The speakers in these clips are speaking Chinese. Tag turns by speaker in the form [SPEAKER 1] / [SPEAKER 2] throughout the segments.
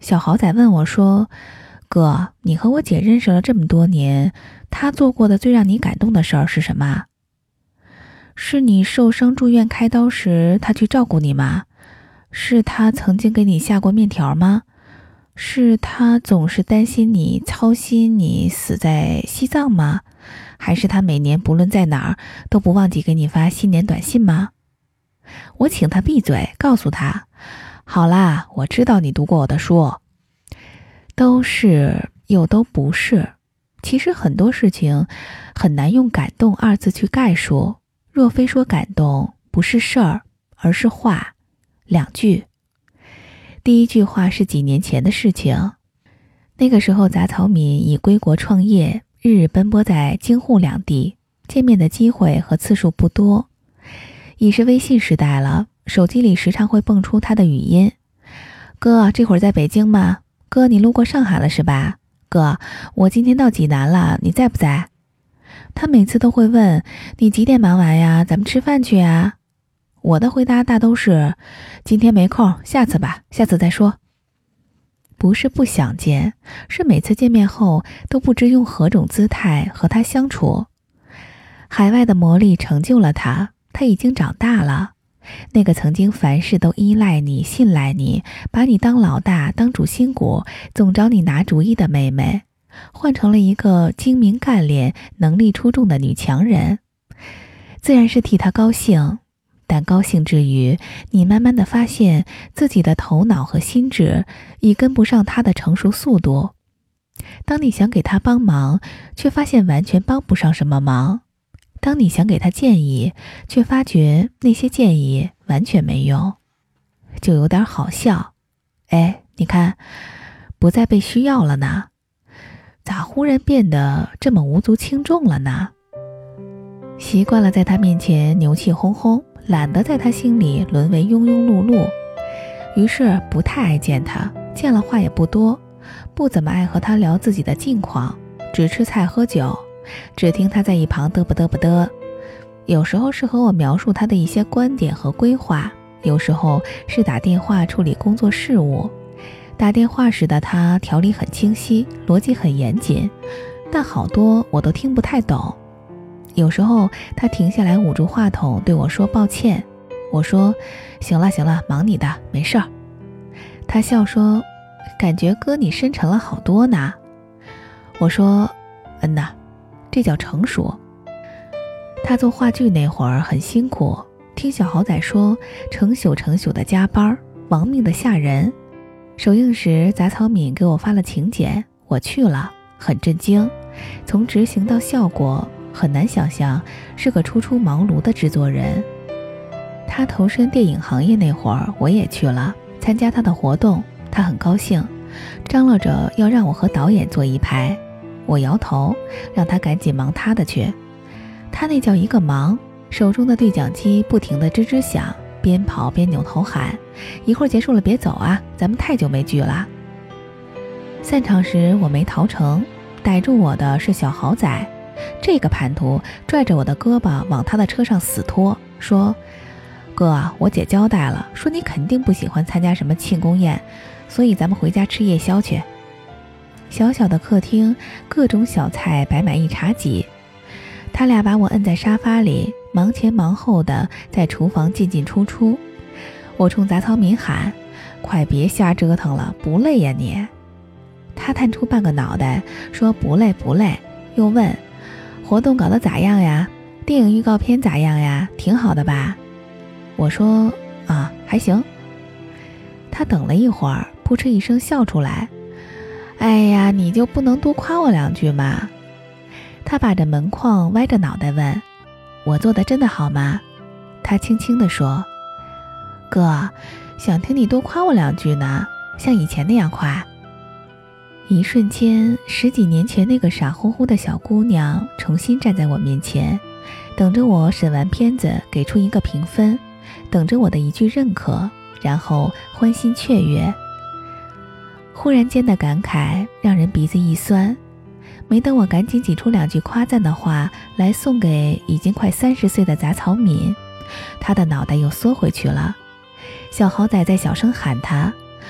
[SPEAKER 1] 小豪仔问我说：哥，你和我姐认识了这么多年，她做过的最让你感动的事儿是什么？是你受伤住院开刀时，她去照顾你吗？是她曾经给你下过面条吗？是她总是担心你、操心你死在西藏吗？还是她每年不论在哪儿都不忘记给你发新年短信吗？我请她闭嘴，告诉她，好啦，我知道你读过我的书。都是又都不是，其实很多事情很难用感动二字去概述，若非说感动，不是事儿，而是话，两句。第一句话是几年前的事情，那个时候杂草敏已归国创业，日日奔波在京沪两地，见面的机会和次数不多。已是微信时代了，手机里时常会蹦出他的语音：哥，这会儿在北京吗？哥，你路过上海了是吧？哥，我今天到济南了，你在不在？他每次都会问，你几点忙完呀？咱们吃饭去呀？我的回答大都是，今天没空，下次吧，下次再说。不是不想见，是每次见面后都不知用何种姿态和他相处。海外的磨砺成就了他，他已经长大了。那个曾经凡事都依赖你、信赖你，把你当老大、当主心骨，总找你拿主意的妹妹，换成了一个精明干练、能力出众的女强人。自然是替她高兴，但高兴之余，你慢慢的发现自己的头脑和心智已跟不上她的成熟速度。当你想给她帮忙，却发现完全帮不上什么忙。当你想给他建议，却发觉那些建议完全没用，就有点好笑。哎，你看，不再被需要了呢，咋忽然变得这么无足轻重了呢？习惯了在他面前牛气哄哄，懒得在他心里沦为庸庸碌碌，于是不太爱见他，见了话也不多，不怎么爱和他聊自己的近况，只吃菜喝酒，只听他在一旁嘚啵嘚啵嘚。有时候是和我描述他的一些观点和规划，有时候是打电话处理工作事务。打电话时的他条理很清晰，逻辑很严谨，但好多我都听不太懂。有时候他停下来捂住话筒对我说抱歉，我说行了行了，忙你的，没事儿。他笑说感觉哥你深沉了好多呢。我说呐，这叫成熟。他做话剧那会儿很辛苦，听小豪仔说成宿成宿的加班，亡命的吓人。首映时杂草敏给我发了请柬，我去了，很震惊，从执行到效果很难想象是个初出茅庐的制作人。他投身电影行业那会儿我也去了，参加他的活动，他很高兴，张罗着要让我和导演坐一排。我摇头，让他赶紧忙他的去。他那叫一个忙，手中的对讲机不停地吱吱响，边跑边扭头喊，一会儿结束了别走啊，咱们太久没聚了。散场时我没逃成，逮住我的是小豪仔，这个叛徒拽着我的胳膊往他的车上死拖，说哥，我姐交代了，说你肯定不喜欢参加什么庆功宴，所以咱们回家吃夜宵去。小小的客厅，各种小菜摆满一茶几，他俩把我摁在沙发里，忙前忙后的在厨房进进出出。我冲杂草敏喊，快别瞎折腾了，不累呀你？他探出半个脑袋说不累不累，又问活动搞得咋样呀？电影预告片咋样呀？挺好的吧？我说啊，还行。他等了一会儿，扑哧一声笑出来，哎呀，你就不能多夸我两句吗？他把着门框歪着脑袋问，我做的真的好吗？他轻轻地说，哥，想听你多夸我两句呢，像以前那样夸。一瞬间，10几年前那个傻乎乎的小姑娘重新站在我面前，等着我审完片子给出一个评分，等着我的一句认可，然后欢欣雀跃。忽然间的感慨让人鼻子一酸，没等我赶紧挤出两句夸赞的话来送给已经快30岁的杂草敏，他的脑袋又缩回去了。小豪仔在小声喊他，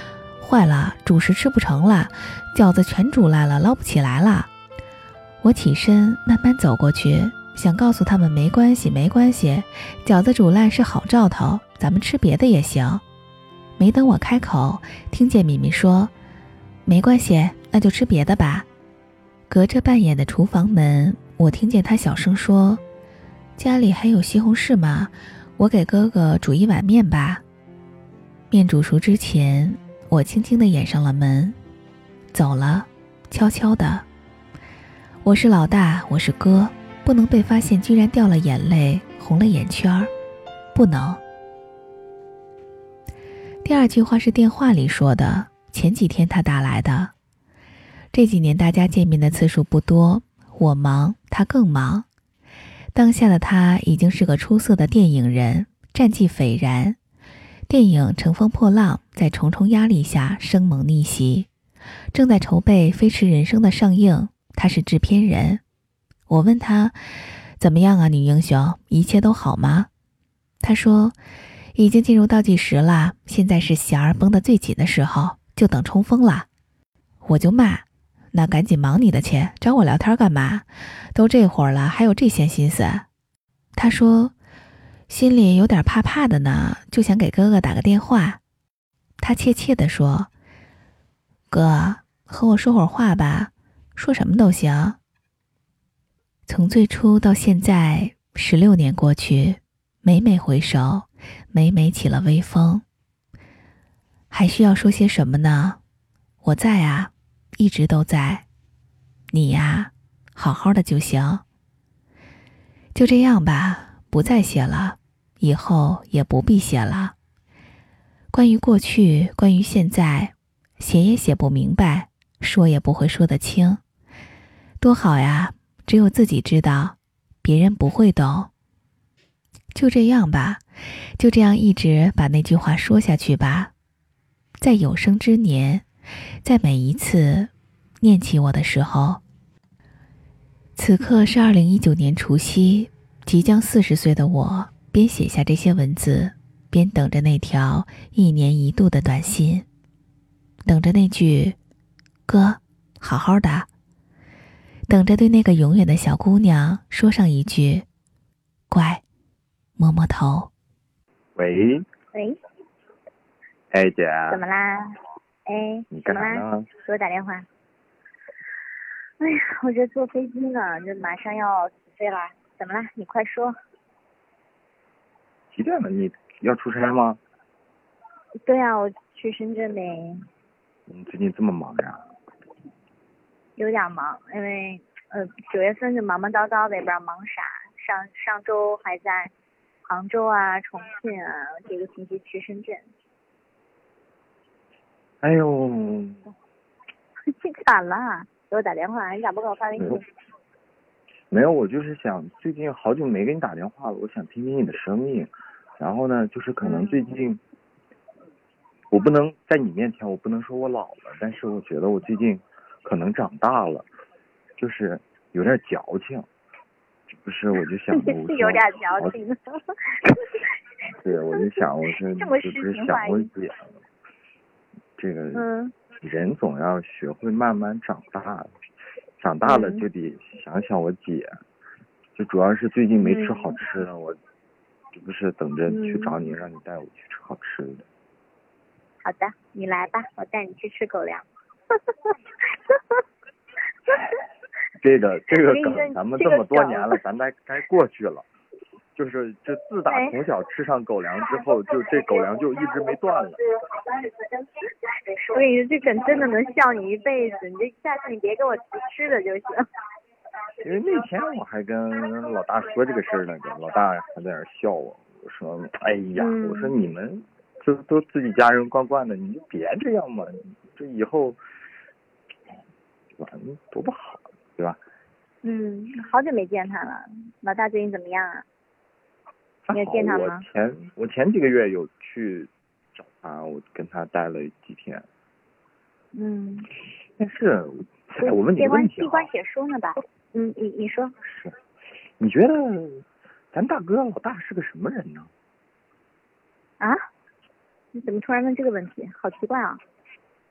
[SPEAKER 1] 坏了，主食吃不成了，饺子全煮烂了，捞不起来了。我起身慢慢走过去，想告诉他们没关系没关系，饺子煮烂是好兆头，咱们吃别的也行。没等我开口，听见米米说，没关系，那就吃别的吧。隔着半掩的厨房门，我听见她小声说，家里还有西红柿吗？我给哥哥煮一碗面吧。面煮熟之前，我轻轻地掩上了门，走了，悄悄的。我是老大，我是哥，不能被发现居然掉了眼泪，红了眼圈，不能。第二句话是电话里说的，前几天他打来的。这几年大家见面的次数不多，我忙，他更忙。当下的他已经是个出色的电影人，战绩斐然。电影《乘风破浪》在重重压力下生猛逆袭，正在筹备《飞驰人生》的上映，他是制片人。我问他，怎么样啊，女英雄，一切都好吗？他说，已经进入倒计时了，现在是弦儿绷得最紧的时候，就等冲锋了。我就骂，那赶紧忙你的去，找我聊天干嘛？都这会儿了，还有这闲心思？他说，心里有点怕怕的呢，就想给哥哥打个电话。他怯怯地说，哥，和我说会儿话吧，说什么都行。从最初到现在16年过去，每每回首，每每起了微风。还需要说些什么呢？我在啊，一直都在。你呀，好好的就行。就这样吧，不再写了，以后也不必写了。关于过去，关于现在，写也写不明白，说也不会说得清。多好呀，只有自己知道，别人不会懂。就这样吧，就这样一直把那句话说下去吧。在有生之年，在每一次念起我的时候。此刻是2019年除夕，即将40岁的我，边写下这些文字，边等着那条1年1度的短信，等着那句哥好好的，等着对那个永远的小姑娘说上一句乖，摸摸头。
[SPEAKER 2] 喂，哎姐，
[SPEAKER 3] 怎么啦？哎，
[SPEAKER 2] 你干啥呢？
[SPEAKER 3] 给我打电话。哎呀，我这坐飞机呢，这马上要起飞了。怎么了？你快说。
[SPEAKER 2] 几点了？你要出差吗？
[SPEAKER 3] 对啊，我去深圳呗。
[SPEAKER 2] 你最近这么忙呀？
[SPEAKER 3] 有点忙，因为9月份就忙忙叨叨的，也不知道忙啥。上周还在杭州啊、重庆啊，这个星期去深圳。
[SPEAKER 2] 哎呦，
[SPEAKER 3] 你咋了？给我打电话，你咋不给我发微信？
[SPEAKER 2] 没有，我就是想最近好久没给你打电话了，我想听听你的声音。然后呢，就是可能最近，我不能在你面前，我不能说我老了，但是我觉得我最近可能长大了，就是有点矫情。不是，我就想，我说
[SPEAKER 3] 有点矫情。
[SPEAKER 2] 对，我就想，我说你是不是想我姐了？这个人总要学会慢慢长大，长大了就得想想我姐。就主要是最近没吃好吃的，我这不是等着去找你，让你带我去吃好吃的。
[SPEAKER 3] 好的，你来吧，我带你去吃狗粮。
[SPEAKER 2] 这个梗咱们这么多年了，咱该过去了。就是这自打从小吃上狗粮之后，就这狗粮就一直没断了。
[SPEAKER 3] 我跟你说，这梗真的能笑你一辈子，你这下次你别给我提吃的就行。
[SPEAKER 2] 因为那天我还跟老大说这个事儿呢，老大还在那儿笑我。我说，哎呀，我说你们都自己家人惯惯的，你就别这样嘛，这以后完多不好，对吧？
[SPEAKER 3] 好久没见他了，老大最近怎么样啊？你有见他吗？
[SPEAKER 2] 我前几个月有去找他，我跟他待了几天。但是，我问你个问题啊。
[SPEAKER 3] 闭关写书呢吧？你说。
[SPEAKER 2] 是，你觉得咱大哥老大是个什么人呢？
[SPEAKER 3] 啊？你怎么突然问这个问题？好奇怪啊！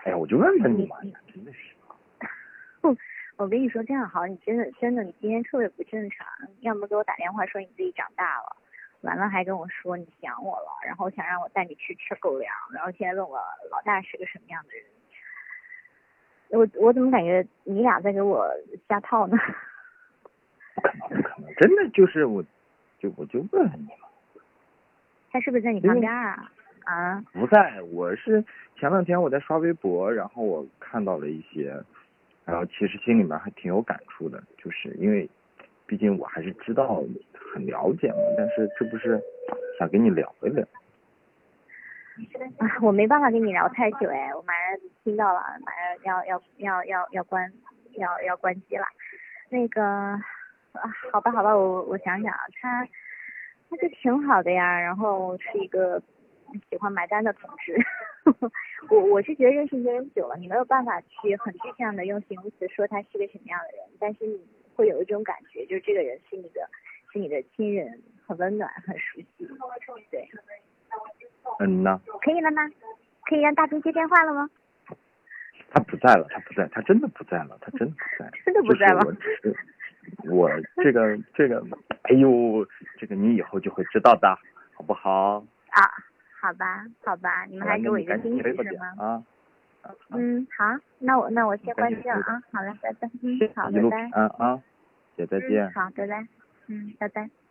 [SPEAKER 2] 哎呀，我就问问你嘛，真的是。
[SPEAKER 3] 我跟你说这样好，你真的你今天特别不正常，要么给我打电话说你自己长大了，完了还跟我说你想我了，然后想让我带你去吃狗粮，然后现在问我老大是个什么样的人。我怎么感觉你俩在给我下套呢？
[SPEAKER 2] 不可能，真的就是我就问你嘛。
[SPEAKER 3] 他是不是在你旁边啊？啊？
[SPEAKER 2] 不在，我是前两天我在刷微博，然后我看到了一些，然后其实心里面还挺有感触的，就是因为毕竟我还是知道很了解嘛，但是这不是想跟你聊一聊。
[SPEAKER 3] 啊，我没办法跟你聊太久哎，我马上听到了，马上要关机了。那个啊，好吧，我想想啊，他就挺好的呀，然后是一个喜欢买单的同志。我是觉得认识一个人久了，你没有办法去很具象的用形容词说他是个什么样的人，但是你会有一种感觉，就是这个人是你的亲人，很温暖，很熟悉，对。
[SPEAKER 2] 呐。
[SPEAKER 3] 可以了吗？可以让大兵接电话了吗？
[SPEAKER 2] 他不在了，他真的不在了，他真的不在了。
[SPEAKER 3] 真的不在了。
[SPEAKER 2] 我这个，哎呦，这个你以后就会知道的，好不好？
[SPEAKER 3] 啊，好吧，你们还给我一个惊喜是吗？
[SPEAKER 2] 啊。
[SPEAKER 3] 好，那我先关机了啊，好了，拜拜。好，
[SPEAKER 2] 一路平安啊，姐再见。
[SPEAKER 3] 好，拜拜。拜拜。